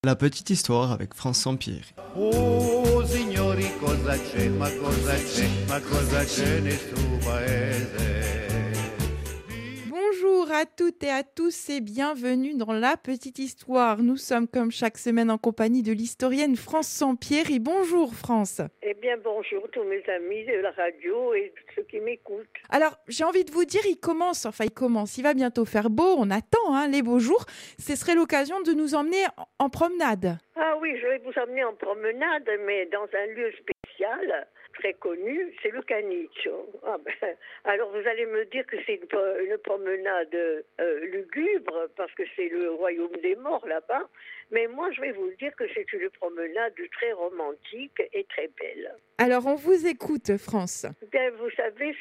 La petite histoire avec France Sampieri. Oh signori cosa c'è nel suo paese. Bonjour à toutes et à tous et bienvenue dans La Petite Histoire. Nous sommes comme chaque semaine en compagnie de l'historienne France Sampieri. Bonjour France. Eh bien, bonjour tous mes amis de la radio et ceux qui m'écoutent. Alors, j'ai envie de vous dire, il va bientôt faire beau, on attend les beaux jours. Ce serait l'occasion de nous emmener en promenade. Ah oui, je vais vous emmener en promenade, mais dans un lieu spécial, très connu, c'est le Caniccio. Alors vous allez me dire que c'est une promenade lugubre, parce que c'est le royaume des morts là-bas, mais moi je vais vous dire que c'est une promenade très romantique et très belle. Alors, on vous écoute, France. Bien, vous savez,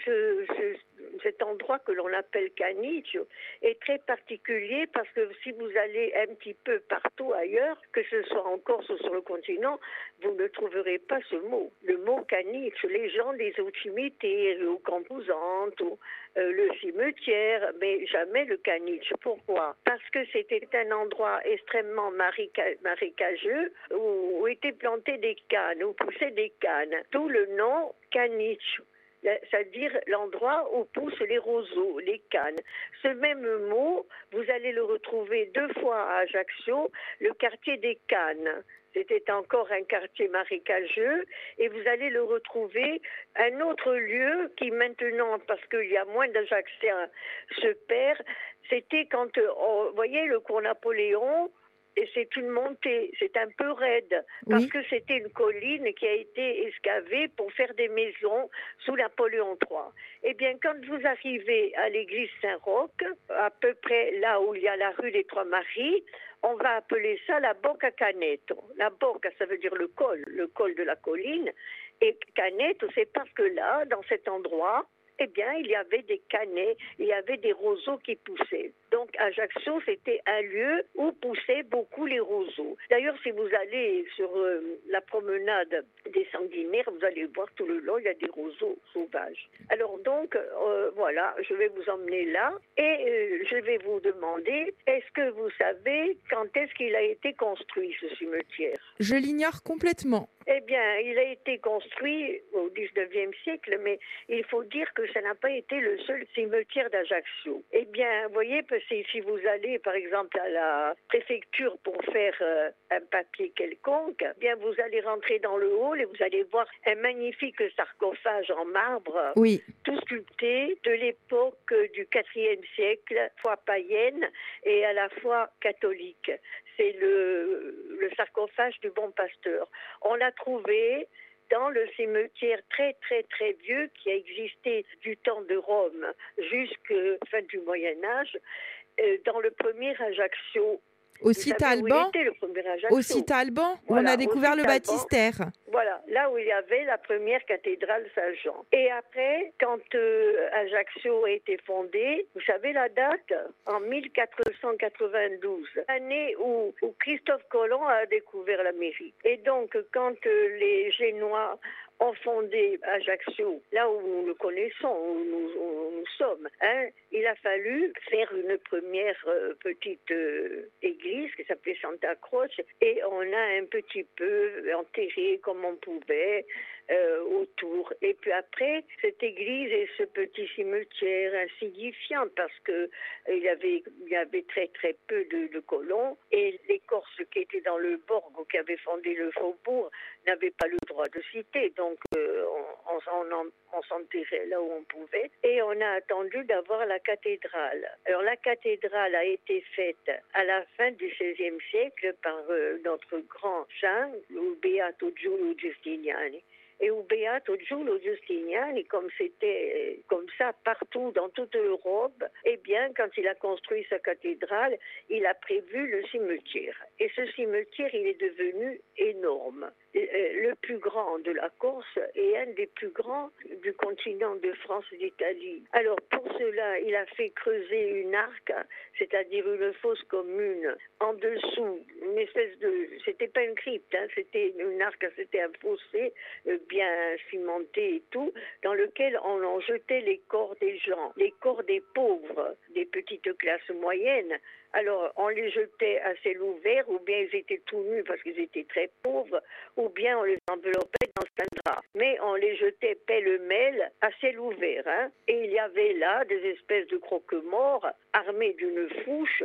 cet endroit que l'on appelle Caniccio est très particulier parce que si vous allez un petit peu partout ailleurs, que ce soit en Corse ou sur le continent, vous ne trouverez pas ce mot. Le mot Caniccio, les gens les au cimitero, au Camposanto, ou le cimetière, mais jamais le Caniccio. Pourquoi? Parce que c'était un endroit extrêmement marécageux où étaient plantées des cannes, où poussaient des cannes. D'où le nom Caniccio, c'est-à-dire l'endroit où poussent les roseaux, les cannes. Ce même mot, vous allez le retrouver 2 fois à Ajaccio, le quartier des Cannes. C'était encore un quartier marécageux et vous allez le retrouver un autre lieu qui maintenant, parce qu'il y a moins d'Ajacciens, se perd. C'était quand, vous voyez, le cours Napoléon, et c'est une montée, c'est un peu raide, parce que c'était une colline qui a été excavée pour faire des maisons sous Napoléon III. Eh bien, quand vous arrivez à l'église Saint-Roch, à peu près là où il y a la rue des Trois-Maries, on va appeler ça la Bocca Caneto. La Bocca, ça veut dire le col de la colline, et Caneto, c'est parce que là, dans cet endroit, eh bien, il y avait des canets, il y avait des roseaux qui poussaient. Donc, Ajaccio, c'était un lieu où poussaient beaucoup les roseaux. D'ailleurs, si vous allez sur la promenade des Sanguinaires, vous allez voir tout le long, il y a des roseaux sauvages. Alors donc, voilà, je vais vous emmener là et je vais vous demander, est-ce que vous savez quand est-ce qu'il a été construit, ce cimetière? Je l'ignore complètement. Eh bien, il a été construit au XIXe siècle, mais il faut dire que ça n'a pas été le seul cimetière d'Ajaccio. Eh bien, vous voyez, si vous allez, par exemple, à la préfecture pour faire un papier quelconque, eh bien, vous allez rentrer dans le hall et vous allez voir un magnifique sarcophage en marbre, tout sculpté de l'époque du IVe siècle, fois païenne et à la fois catholique. C'est le sarcophage du Bon Pasteur. On l'a trouvé dans le cimetière très très très vieux qui a existé du temps de Rome jusqu'à la fin du Moyen-Âge, dans le premier Ajaccio. Au site Alban, où on a découvert le baptistère. Voilà, là où il y avait la première cathédrale Saint-Jean. Et après, quand Ajaccio a été fondée, vous savez la date? En 1492, l'année où Christophe Colomb a découvert l'Amérique. Et donc, quand les Génois ont fondé Ajaccio, là où nous le connaissons, où nous sommes, il a fallu faire une première petite église qui s'appelait Santa Croce, et on a un petit peu enterré comme on pouvait autour. Et puis après, cette église et ce petit cimetière insignifiant, parce que il y avait très très peu de colons, et les Corses qui étaient dans le Borgo, qui avaient fondé le faubourg, n'avaient pas le droit de citer, donc on s'enterrait là où on pouvait, et on a attendu d'avoir la cathédrale. Alors la cathédrale a été faite à la fin du XVIe siècle par notre grand saint, le Beato Giulio Giustiniani. Et au Beato Giulio Giustiniani, comme c'était comme ça partout dans toute l'Europe, eh bien, quand il a construit sa cathédrale, il a prévu le cimetière. Et ce cimetière, il est devenu énorme. Le plus grand de la Corse et un des plus grands du continent de France et d'Italie. Alors, pour cela, il a fait creuser une arche, c'est-à-dire une fosse commune, en dessous, une espèce de... C'était pas une crypte, c'était une arche, c'était un fossé bien cimenté et tout, dans lequel on en jetait les corps des gens, les corps des pauvres, des petites classes moyennes, Alors, on les jetait à ciel ouvert, ou bien ils étaient tout nus parce qu'ils étaient très pauvres, ou bien on les enveloppait dans un drap. Mais on les jetait pêle-mêle à ciel ouvert. Hein. Et il y avait là des espèces de croque-morts armés d'une fourche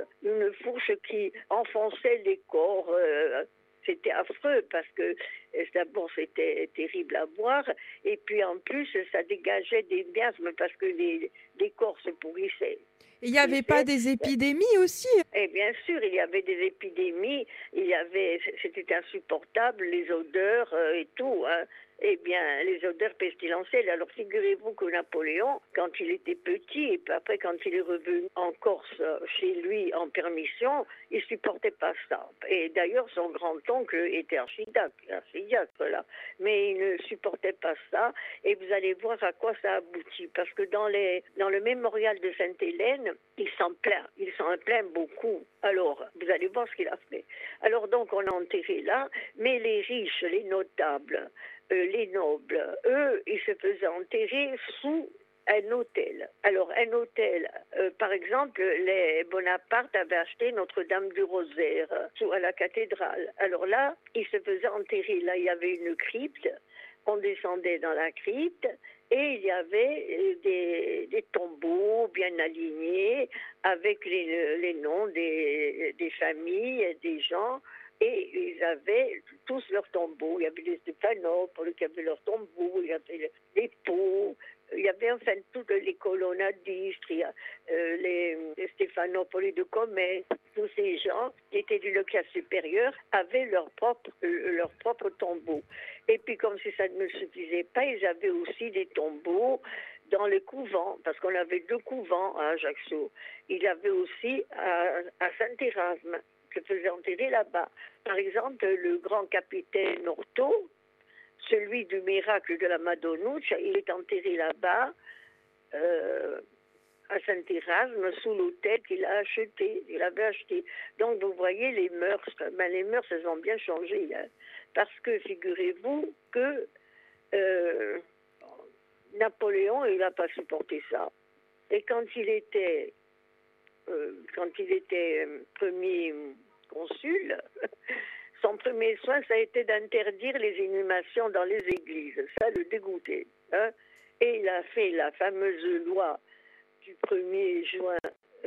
qui enfonçait les corps. C'était affreux parce que d'abord c'était terrible à boire et puis en plus ça dégageait des miasmes parce que les corps se pourrissaient. Et il n'y avait pas des épidémies aussi? Et bien sûr, il y avait des épidémies, c'était insupportable, les odeurs et tout. Hein. Eh bien, les odeurs pestilentielles. Alors, figurez-vous que Napoléon, quand il était petit, et puis après, quand il est revenu en Corse, chez lui, en permission, il supportait pas ça. Et d'ailleurs, son grand-oncle était archidiacre, là. Mais il ne supportait pas ça. Et vous allez voir à quoi ça aboutit. Parce que dans le mémorial de Sainte-Hélène, il s'en plaint beaucoup. Alors, vous allez voir ce qu'il a fait. Alors, donc, on l'a enterré là. Mais les riches, les notables, les nobles, eux, ils se faisaient enterrer sous un hôtel. Alors, un hôtel, par exemple, les Bonaparte avaient acheté Notre-Dame du Rosaire à la cathédrale. Alors là, ils se faisaient enterrer. Là, il y avait une crypte. On descendait dans la crypte et il y avait des tombeaux bien alignés avec les noms des familles, des gens. Et ils avaient tous leurs tombeaux. Il y avait les Stéphanoples qui avaient leurs tombeaux, il y avait les Pau, il y avait enfin toutes les colonnadistes, les Stéphanopoli de Comète, tous ces gens qui étaient d'une classe supérieure avaient leur propre tombeau. Et puis comme si ça ne suffisait pas, ils avaient aussi des tombeaux dans les couvents, parce qu'on avait 2 couvents à Ajaccio. Il y avait aussi à Saint-Érasme, se faisait enterrer là-bas. Par exemple, le grand capitaine Orto, celui du miracle de la Madonnuccia, il est enterré là-bas, à Saint-Érasme, sous l'hôtel qu'il avait acheté. Donc, vous voyez, les mœurs, elles ont bien changé. Hein, parce que, figurez-vous que Napoléon, il n'a pas supporté ça. Et quand il était premier consul, son premier soin, ça a été d'interdire les inhumations dans les églises. Ça le dégoûtait. Hein? Et il a fait la fameuse loi du 1er juin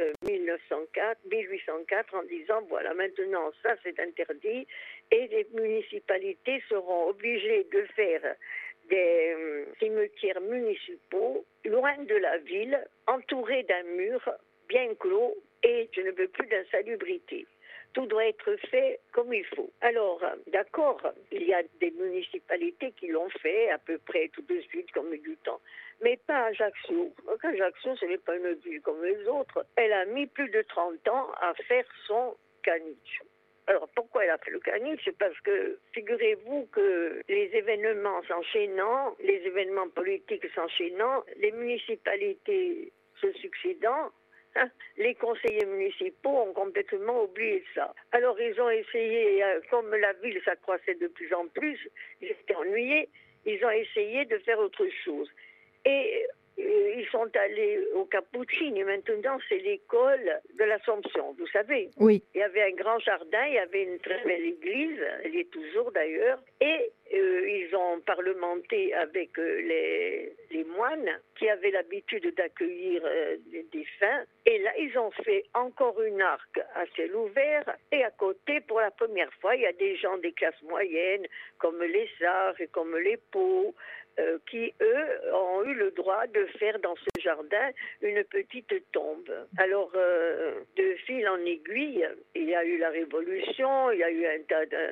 1804 en disant, voilà, maintenant, ça c'est interdit et les municipalités seront obligées de faire des cimetières municipaux loin de la ville, entourés d'un mur bien clos et je ne veux plus d'insalubrité. Tout doit être fait comme il faut. Alors, d'accord, il y a des municipalités qui l'ont fait à peu près tout de suite comme du temps, mais pas Ajaccio. Ajaccio, ce n'est pas une ville comme les autres. Elle a mis plus de 30 ans à faire son caniche. Alors, pourquoi elle a fait le caniche? C'est parce que, figurez-vous que les événements s'enchaînant, les événements politiques s'enchaînant, les municipalités se succédant, les conseillers municipaux ont complètement oublié ça. Alors ils ont essayé, comme la ville s'accroissait de plus en plus, ils étaient ennuyés, ils ont essayé de faire autre chose. Et ils sont allés au Cappuccini. Maintenant, c'est l'école de l'Assomption, vous savez. Oui. Il y avait un grand jardin, il y avait une très belle église, elle y est toujours d'ailleurs, et ils ont parlementé avec les moines qui avaient l'habitude d'accueillir les défunts. Et là, ils ont fait encore une arc à ciel ouvert. Et à côté, pour la première fois, il y a des gens des classes moyennes, comme les Sarres et comme les Pau, qui, eux, ont eu le droit de faire dans ce jardin une petite tombe. Alors, de fil en aiguille, il y a eu la Révolution, il y a eu un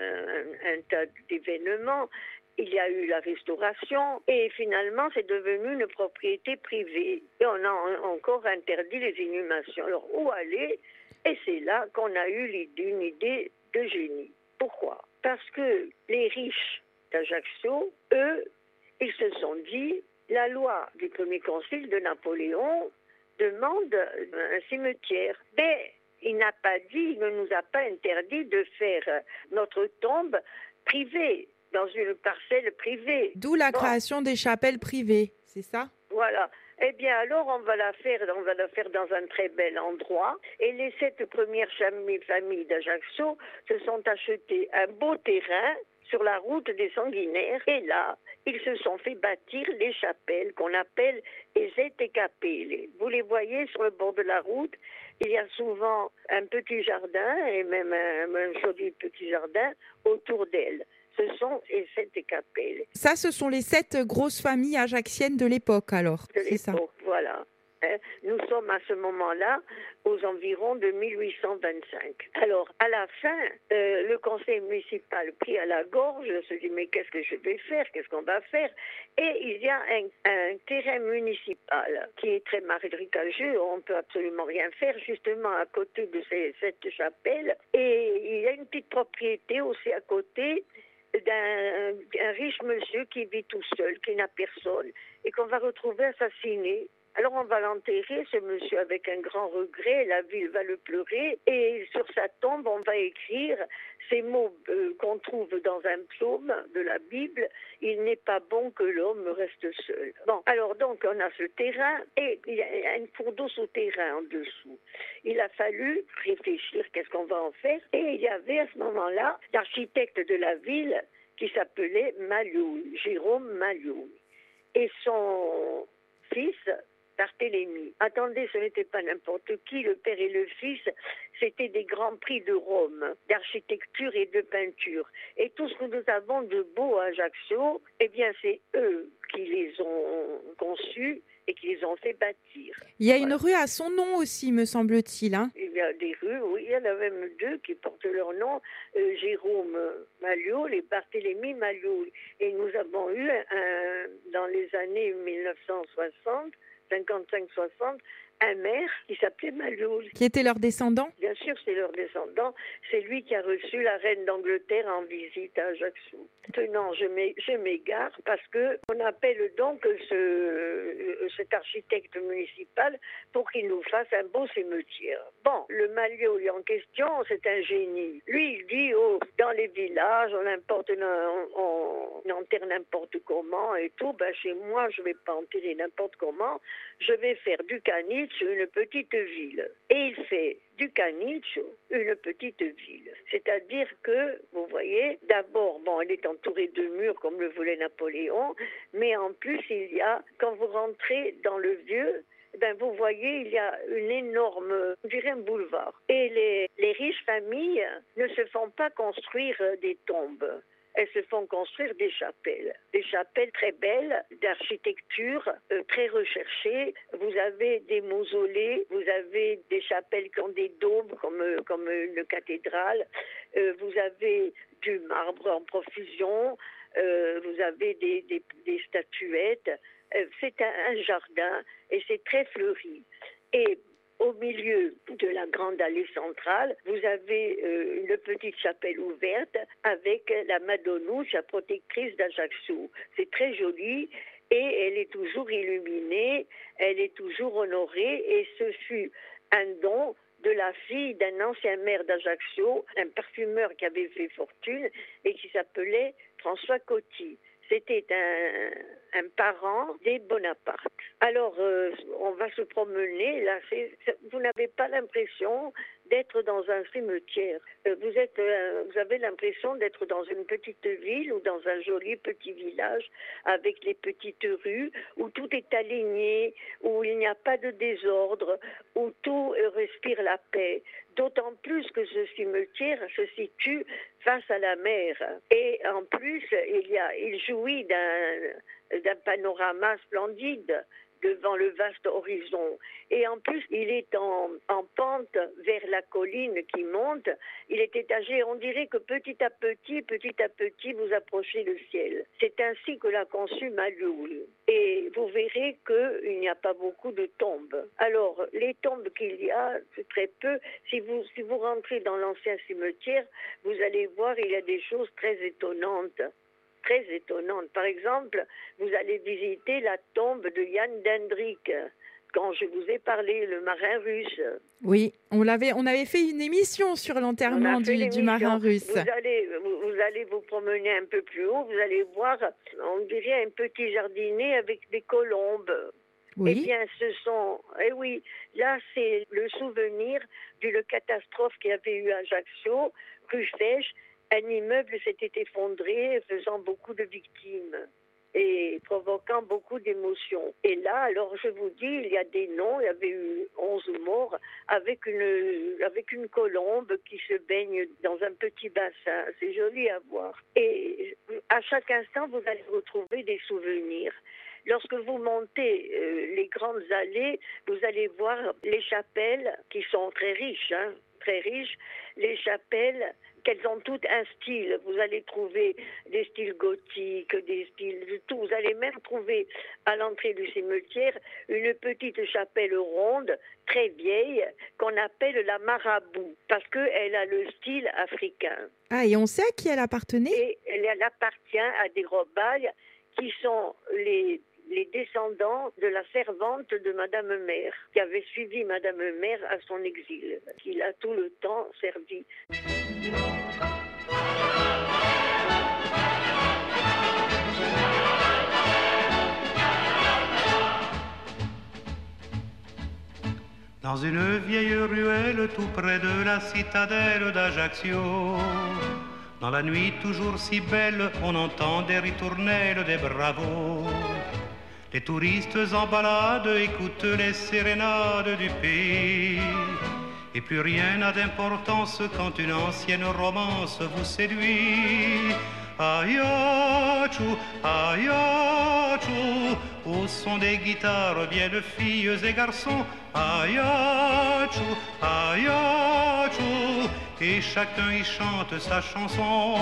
tas d'événements, il y a eu la Restauration, et finalement, c'est devenu une propriété privée. Et on a encore interdit les inhumations. Alors, où aller? Et c'est là qu'on a eu une idée de génie. Pourquoi? Parce que les riches d'Ajaccio, eux, ils se sont dit, la loi du premier concile de Napoléon demande un cimetière. Mais il n'a pas dit, il ne nous a pas interdit de faire notre tombe privée, dans une parcelle privée. D'où la création des chapelles privées, c'est ça? Voilà. Eh bien, alors, on va la faire dans un très bel endroit. Et les 7 premières familles d'Ajaccio se sont achetées un beau terrain sur la route des Sanguinaires. Et là, ils se sont fait bâtir les chapelles qu'on appelle Esette Capelle. Vous les voyez sur le bord de la route. Il y a souvent un petit jardin et même un joli petit jardin autour d'elles. Ce sont les 7 capelles. Ça, ce sont les 7 grosses familles ajaxiennes de l'époque, alors. De C'est ça. l'époque, voilà. Nous sommes à ce moment-là aux environs de 1825. Alors, à la fin, le conseil municipal pris à la gorge se dit mais qu'est-ce que je vais faire? Qu'est-ce qu'on va faire? Et il y a un terrain municipal qui est très marécageux, on ne peut absolument rien faire, justement à côté de cette chapelle. Et il y a une petite propriété aussi à côté d'un riche monsieur qui vit tout seul, qui n'a personne, et qu'on va retrouver assassiné. Alors on va l'enterrer, ce monsieur, avec un grand regret, la ville va le pleurer, et sur sa tombe, on va écrire ces mots qu'on trouve dans un psaume de la Bible, « Il n'est pas bon que l'homme reste seul ». Bon, alors donc on a ce terrain, et il y a une cour d'eau souterrain en dessous. Il a fallu réfléchir, qu'est-ce qu'on va en faire, et il y avait à ce moment-là l'architecte de la ville qui s'appelait Malioul, Jérôme Malioul, et son fils, Barthélemy. Attendez, ce n'était pas n'importe qui, le père et le fils, c'était des grands prix de Rome, d'architecture et de peinture. Et tout ce que nous avons de beau à Ajaccio, eh bien c'est eux qui les ont conçus et qui les ont fait bâtir. Il y a une rue à son nom aussi, me semble-t-il. Hein. Il y a des rues, oui, il y en a même 2 qui portent leur nom, Jérôme Malioul et Barthélemy Malioul. Et nous avons eu, dans les années 1960, 55-60, un maire qui s'appelait Malioul. Qui étaient leurs descendants? Bien sûr, c'est leur descendant. C'est lui qui a reçu la reine d'Angleterre en visite à Ajaccio. Maintenant, je m'égare parce que on appelle donc cet architecte municipal pour qu'il nous fasse un beau cimetière. Bon, le Malioul en question, c'est un génie. Lui, il dit, dans les villages, on enterre n'importe comment et tout. Ben, chez moi, je ne vais pas enterrer n'importe comment. Je vais faire du Canitch une petite ville. Et il fait du Canitch une petite ville. C'est-à-dire que, vous voyez, d'abord, elle est entourée de murs comme le voulait Napoléon, mais en plus, il y a, quand vous rentrez dans le vieux, vous voyez, il y a une énorme, on dirait un boulevard. Et les riches familles ne se font pas construire des tombes. Elles se font construire des chapelles très belles, d'architecture très recherchée. Vous avez des mausolées, vous avez des chapelles qui ont des dômes comme une cathédrale, vous avez du marbre en profusion, vous avez des statuettes. C'est un jardin et c'est très fleuri. Et au milieu de la grande allée centrale, vous avez une petite chapelle ouverte avec la Madonnouche, la protectrice d'Ajaccio. C'est très joli et elle est toujours illuminée, elle est toujours honorée et ce fut un don de la fille d'un ancien maire d'Ajaccio, un parfumeur qui avait fait fortune et qui s'appelait François Coty. C'était un parent des Bonaparte. Alors, on va se promener. Là, vous n'avez pas l'impression d'être dans un cimetière. Vous avez l'impression d'être dans une petite ville ou dans un joli petit village avec les petites rues où tout est aligné, où il n'y a pas de désordre, où tout respire la paix. D'autant plus que ce cimetière se situe face à la mer. Et en plus, il jouit d'un panorama splendide devant le vaste horizon. Et en plus, il est en pente vers la colline qui monte. Il est étagé. On dirait que petit à petit, vous approchez le ciel. C'est ainsi que l'a conçu Malioul. Et vous verrez qu'il n'y a pas beaucoup de tombes. Alors, les tombes qu'il y a, c'est très peu. Si vous rentrez dans l'ancien cimetière, vous allez voir, il y a des choses très étonnantes. Très étonnante. Par exemple, vous allez visiter la tombe de Yann Dendrick, quand je vous ai parlé, le marin russe. Oui, on avait fait une émission sur l'enterrement du marin russe. Vous allez vous promener un peu plus haut, vous allez voir, on dirait un petit jardinet avec des colombes. Oui. Eh bien, oui, là, c'est le souvenir d'une catastrophe qui avait eu à Ajaccio, rue Fesch. Un immeuble s'était effondré, faisant beaucoup de victimes et provoquant beaucoup d'émotions. Et là, alors je vous dis, il y a des noms, il y avait eu 11 morts avec une colombe qui se baigne dans un petit bassin. C'est joli à voir. Et à chaque instant, vous allez retrouver des souvenirs. Lorsque vous montez les grandes allées, vous allez voir les chapelles qui sont très riches, très riches. Les chapelles, qu'elles ont toutes un style. Vous allez trouver des styles gothiques, des styles de tout. Vous allez même trouver à l'entrée du cimetière une petite chapelle ronde, très vieille, qu'on appelle la marabout, parce qu'elle a le style africain. Ah, et on sait à qui elle appartenait? Et elle appartient à des robailles qui sont les descendants de la servante de Madame Mère, qui avait suivi Madame Mère à son exil, qui l'a tout le temps servi. Dans une vieille ruelle tout près de la citadelle d'Ajaccio, dans la nuit toujours si belle, on entend des ritournelles, des bravos. Les touristes en balade écoutent les sérénades du pays. Et plus rien n'a d'importance quand une ancienne romance vous séduit. Ayachu, ayachu, au son des guitares viennent filles et garçons. Ayachu, ayachu, et chacun y chante sa chanson.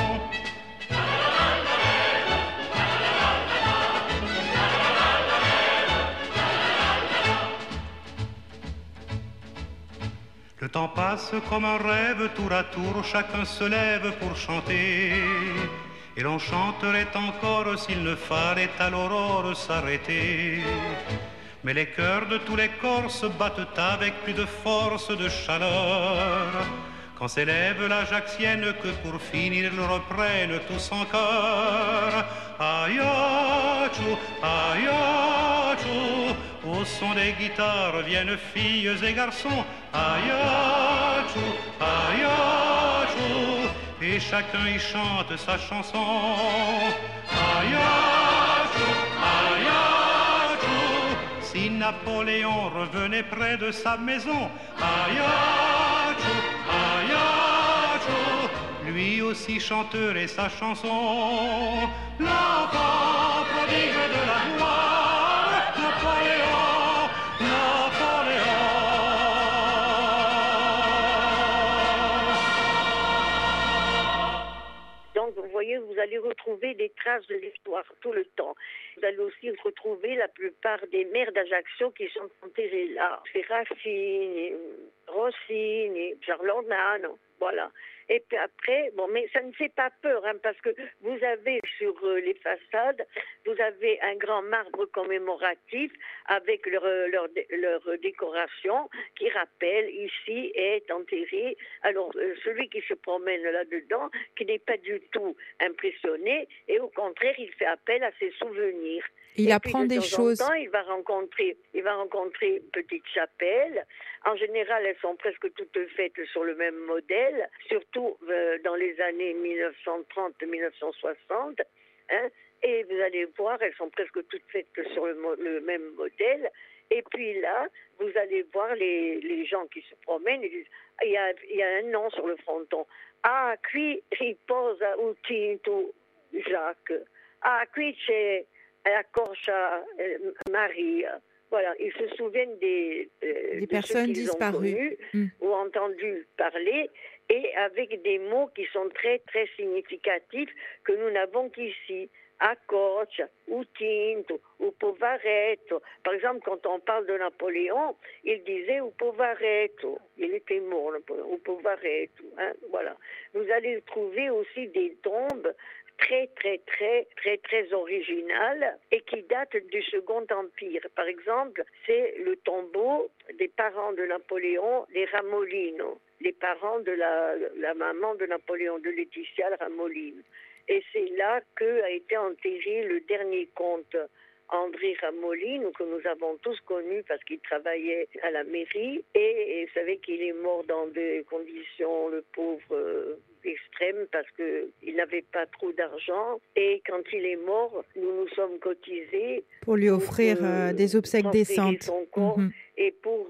Le temps passe comme un rêve, tour à tour, chacun se lève pour chanter. Et l'on chanterait encore s'il ne fallait à l'aurore s'arrêter. Mais les cœurs de tous les corps se battent avec plus de force, de chaleur. Quand s'élève l'Ajaxienne que pour finir ils reprennent tous en chœur. Ayachu, ayachu, au son des guitares viennent filles et garçons. Ayachu, ayachu, et chacun y chante sa chanson. Ayachu, ayachu, si Napoléon revenait près de sa maison. Ayachu, ayachu, lui aussi chanteur et sa chanson. L'enfant prodigue de la gloire, Napoléon, Napoléon. Donc, vous voyez, vous allez retrouver des traces de l'histoire tout le temps. Vous allez aussi retrouver la plupart des maires d'Ajaccio qui sont enterrés là. C'est Racine, Rossini, Jarlonano, voilà. Et puis après, bon, mais ça ne fait pas peur, parce que vous avez sur les façades, vous avez un grand marbre commémoratif avec leur décoration qui rappelle ici est enterré. Alors, celui qui se promène là-dedans, qui n'est pas du tout impressionné, et au contraire, il fait appel à ses souvenirs. Il et apprend puis, des choses. En temps, il va rencontrer une petite chapelle. En général, elles sont presque toutes faites sur le même modèle, surtout dans les années 1930-1960. Et vous allez voir, elles sont presque toutes faites sur le même modèle. Et puis là, vous allez voir les gens qui se promènent et disent « Il y a un nom sur le fronton. Ah, qui riposa un tinto Jacques. Ah, qui c'è la Corsa Maria. » Voilà, ils se souviennent des personnes disparues ont connus, ou entendu parler, et avec des mots qui sont très, très significatifs que nous n'avons qu'ici. A Corsa, ou Tinto, ou Povaretto. Par exemple, quand on parle de Napoléon, il disait ou Povaretto. Il était mort, Napoléon, ou Povaretto. Voilà. Vous allez trouver aussi des tombes très, très, très, très, très originales et qui datent du Second Empire. Par exemple, c'est le tombeau des parents de Napoléon, les Ramolino, les parents de la maman de Napoléon, de Laetitia Ramolino. Et c'est là qu'a été enterré le dernier comte André Ramoline, que nous avons tous connu parce qu'il travaillait à la mairie, et vous savez qu'il est mort dans des conditions, le pauvre, extrêmes, parce qu'il n'avait pas trop d'argent, et quand il est mort, nous nous sommes cotisés pour lui offrir des obsèques décentes. Son corps, et pour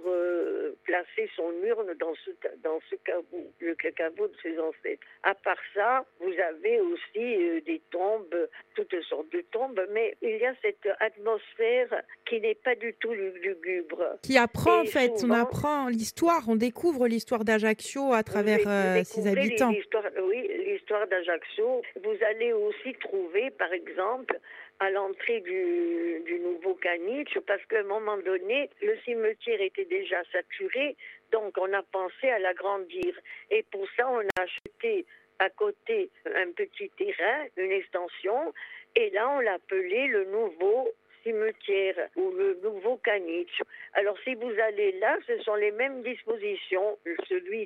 placer son urne dans ce caveau, le caveau de ses ancêtres. À part ça, vous avez aussi des tombes, toutes sortes de tombes, mais il y a cette atmosphère qui n'est pas du tout lugubre. Qui apprend, et en fait, souvent, on apprend l'histoire, on découvre l'histoire d'Ajaccio à travers ses habitants. L'histoire d'Ajaccio. Vous allez aussi trouver, par exemple, à l'entrée du nouveau Caniche, parce qu'à un moment donné, le cimetière était déjà saturé, donc on a pensé à l'agrandir. Et pour ça, on a acheté à côté un petit terrain, une extension, et là, on l'a appelé le nouveau cimetière ou le nouveau Caniche. Alors, si vous allez là, ce sont les mêmes dispositions, celui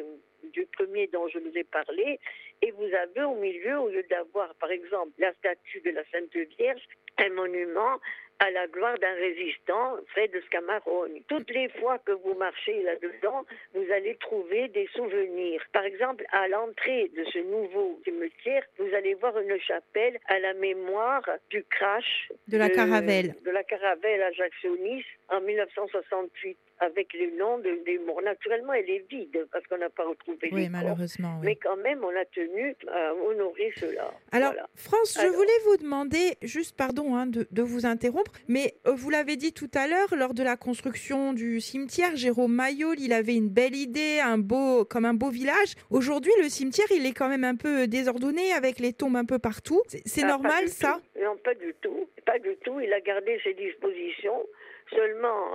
du premier dont je vous ai parlé, et vous avez au milieu, au lieu d'avoir, par exemple, la statue de la Sainte Vierge, un monument à la gloire d'un résistant, Fred de Scamarone. Toutes les fois que vous marchez là-dedans, vous allez trouver des souvenirs. Par exemple, à l'entrée de ce nouveau cimetière, vous allez voir une chapelle à la mémoire du crash de la Caravelle. De la Caravelle à Ajaccio-Nice en 1968. Avec le nom des morts. Naturellement, elle est vide parce qu'on n'a pas retrouvé les corps. Malheureusement. Oui. Mais quand même, on a tenu à honorer cela. Alors, voilà. France, je voulais vous demander, juste pardon de vous interrompre, mais vous l'avez dit tout à l'heure, lors de la construction du cimetière, Jérôme Mayol, il avait une belle idée, comme un beau village. Aujourd'hui, le cimetière, il est quand même un peu désordonné avec les tombes un peu partout. C'est normal, ça ? Non, pas du tout. Pas du tout. Il a gardé ses dispositions. Seulement,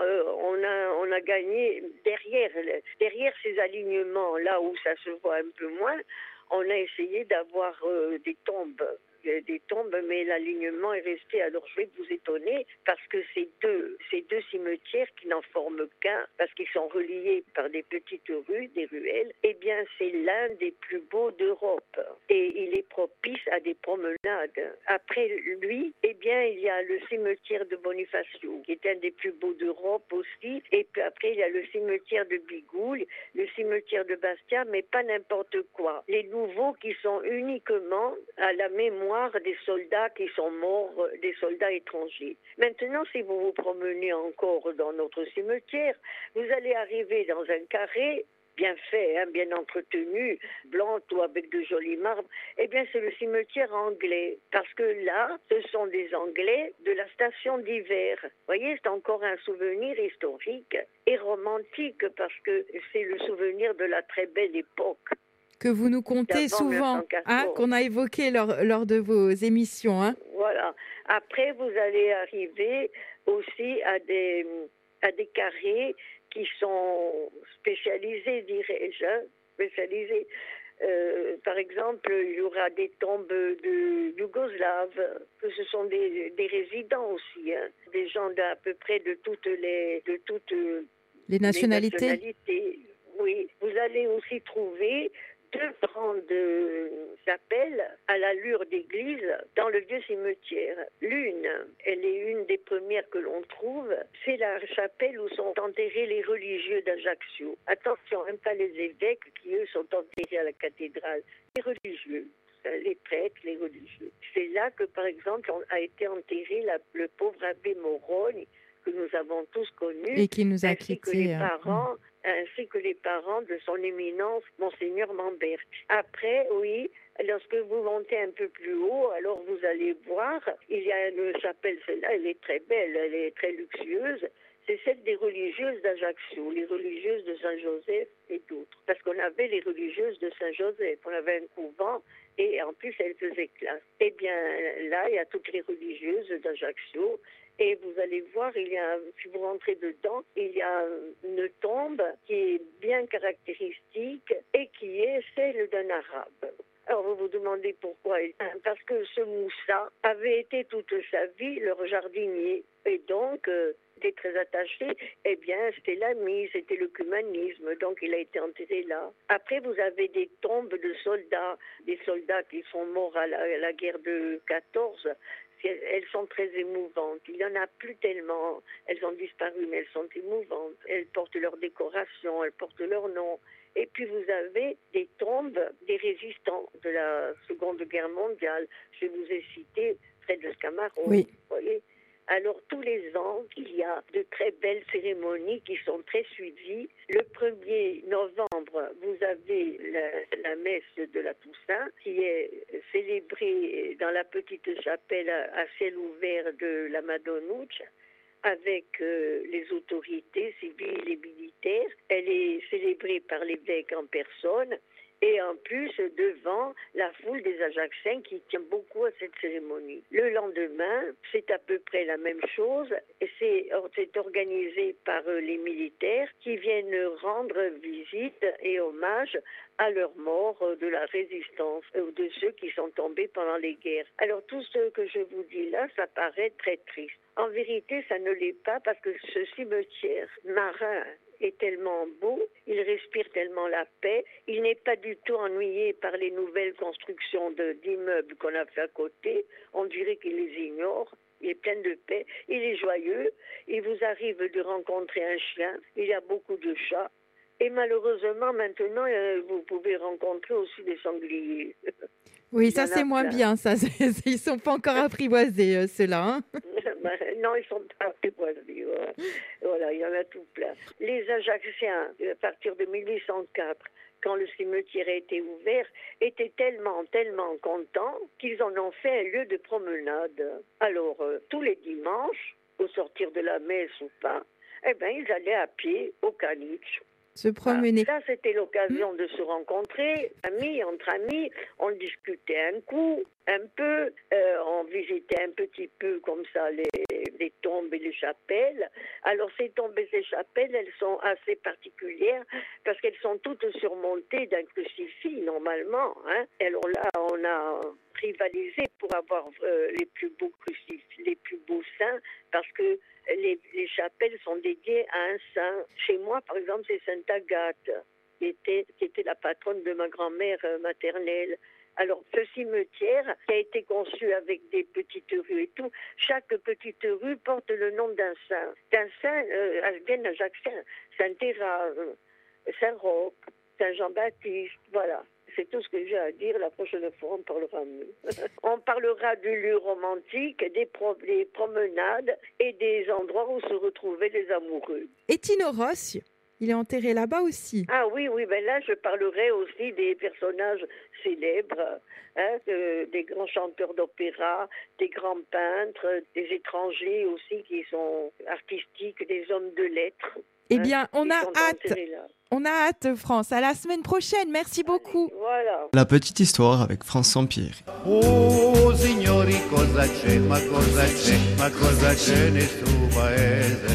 on a gagné derrière ces alignements, là où ça se voit un peu moins, on a essayé d'avoir des tombes, mais l'alignement est resté. Alors je vais vous étonner parce que ces deux cimetières qui n'en forment qu'un, parce qu'ils sont reliés par des petites rues, des ruelles, eh bien c'est l'un des plus beaux d'Europe et il est propice à des promenades. Après lui, eh bien il y a le cimetière de Bonifacio qui est un des plus beaux d'Europe aussi, et puis après il y a le cimetière de Bigouille, le cimetière de Bastia, mais pas n'importe quoi. Les nouveaux qui sont uniquement à la mémoire des soldats qui sont morts, des soldats étrangers. Maintenant, si vous vous promenez encore dans notre cimetière, vous allez arriver dans un carré bien fait, bien entretenu, blanc ou avec de jolis marbres. Eh bien, c'est le cimetière anglais. Parce que là, ce sont des Anglais de la station d'hiver. Vous voyez, c'est encore un souvenir historique et romantique parce que c'est le souvenir de la très belle époque. Que vous nous contez souvent, qu'on a évoqué lors de vos émissions. Voilà. Après, vous allez arriver aussi à des carrés qui sont spécialisés, dirais-je. Spécialisés. Par exemple, il y aura des tombes de yougoslaves, que ce sont des résidents aussi, des gens d'à peu près de toutes les nationalités. Oui. Vous allez aussi trouver deux grandes chapelles à l'allure d'église dans le vieux cimetière. L'une, elle est une des premières que l'on trouve, c'est la chapelle où sont enterrés les religieux d'Ajaccio. Attention, même pas les évêques qui, eux, sont enterrés à la cathédrale. Les religieux, les prêtres, les religieux. C'est là que, par exemple, a été enterré le pauvre abbé Moroni, que nous avons tous connu, et qui nous a quittés. Ainsi que les parents de son éminence, Monseigneur Mambert. Après, oui, lorsque vous montez un peu plus haut, alors vous allez voir, il y a une chapelle, celle-là, elle est très belle, elle est très luxueuse. C'est celle des religieuses d'Ajaccio, les religieuses de Saint-Joseph et d'autres. Parce qu'on avait les religieuses de Saint-Joseph, on avait un couvent et en plus elles faisaient classe. Eh bien là, il y a toutes les religieuses d'Ajaccio. Et vous allez voir, si vous rentrez dedans, il y a une tombe qui est bien caractéristique et qui est celle d'un arabe. Alors vous vous demandez pourquoi. Parce que ce Moussa avait été toute sa vie leur jardinier. Et donc, était très attaché, eh bien, c'était l'ami, c'était le cumanisme, donc il a été enterré là. Après, vous avez des tombes de soldats, des soldats qui sont morts à la guerre de 14. Elles sont très émouvantes. Il n'y en a plus tellement. Elles ont disparu, mais elles sont émouvantes. Elles portent leur décoration, elles portent leur nom. Et puis vous avez des tombes des résistants de la Seconde Guerre mondiale. Je vous ai cité Fred Scamaro. Oui. Vous voyez ? Alors, tous les ans, il y a de très belles cérémonies qui sont très suivies. Le 1er novembre, vous avez la messe de la Toussaint qui est célébrée dans la petite chapelle à ciel ouvert de la Madonnouche avec les autorités civiles et militaires. Elle est célébrée par l'évêque en personne. Et en plus, devant la foule des Ajacciens qui tient beaucoup à cette cérémonie. Le lendemain, c'est à peu près la même chose. Et c'est organisé par les militaires qui viennent rendre visite et hommage à leurs morts de la résistance, ou de ceux qui sont tombés pendant les guerres. Alors tout ce que je vous dis là, ça paraît très triste. En vérité, ça ne l'est pas parce que ce cimetière marin est tellement beau, il respire tellement la paix, il n'est pas du tout ennuyé par les nouvelles constructions d'immeubles qu'on a fait à côté, on dirait qu'il les ignore, il est plein de paix, il est joyeux, il vous arrive de rencontrer un chien, il y a beaucoup de chats, et malheureusement maintenant vous pouvez rencontrer aussi des sangliers. Oui, ça c'est moins bien, ça. Ils sont pas encore apprivoisés, ceux-là. Hein. Non, ils sont pas apprivoisés. Voilà, il y en a tout plein. Les Ajacciens, à partir de 1804, quand le cimetière a été ouvert, étaient tellement contents qu'ils en ont fait un lieu de promenade. Alors, tous les dimanches, au sortir de la messe ou pas, eh ben, ils allaient à pied au Canitch. Se promener. Ça, c'était l'occasion de se rencontrer, entre amis, on discutait un coup, un peu, on visitait un petit peu comme ça les tombes et les chapelles. Alors ces tombes et ces chapelles, elles sont assez particulières parce qu'elles sont toutes surmontées d'un crucifix normalement. Hein. Alors là, on a rivalisé pour avoir les plus beaux crucifix, les plus beaux saints, parce que les chapelles sont dédiées à un saint. Chez moi, par exemple, c'est Sainte Agathe, qui était la patronne de ma grand-mère maternelle. Alors, ce cimetière qui a été conçu avec des petites rues et tout, chaque petite rue porte le nom d'un saint bien ajaccien, Saint-Thérase, Saint-Roch, Saint-Jean-Baptiste, voilà. C'est tout ce que j'ai à dire. La prochaine fois, on parlera mieux. On parlera du lieu romantique, des promenades et des endroits où se retrouvaient les amoureux. Et Tino Rossi, il est enterré là-bas aussi. Ah oui, ben là, je parlerai aussi des personnages célèbres, hein, des grands chanteurs d'opéra, des grands peintres, des étrangers aussi qui sont artistiques, des hommes de lettres. Eh bien, on a hâte, France. À la semaine prochaine. Merci beaucoup. Voilà. La petite histoire avec France Sampieri. Oh, signori, cosa c'è, ma cosa c'è nel suo paese?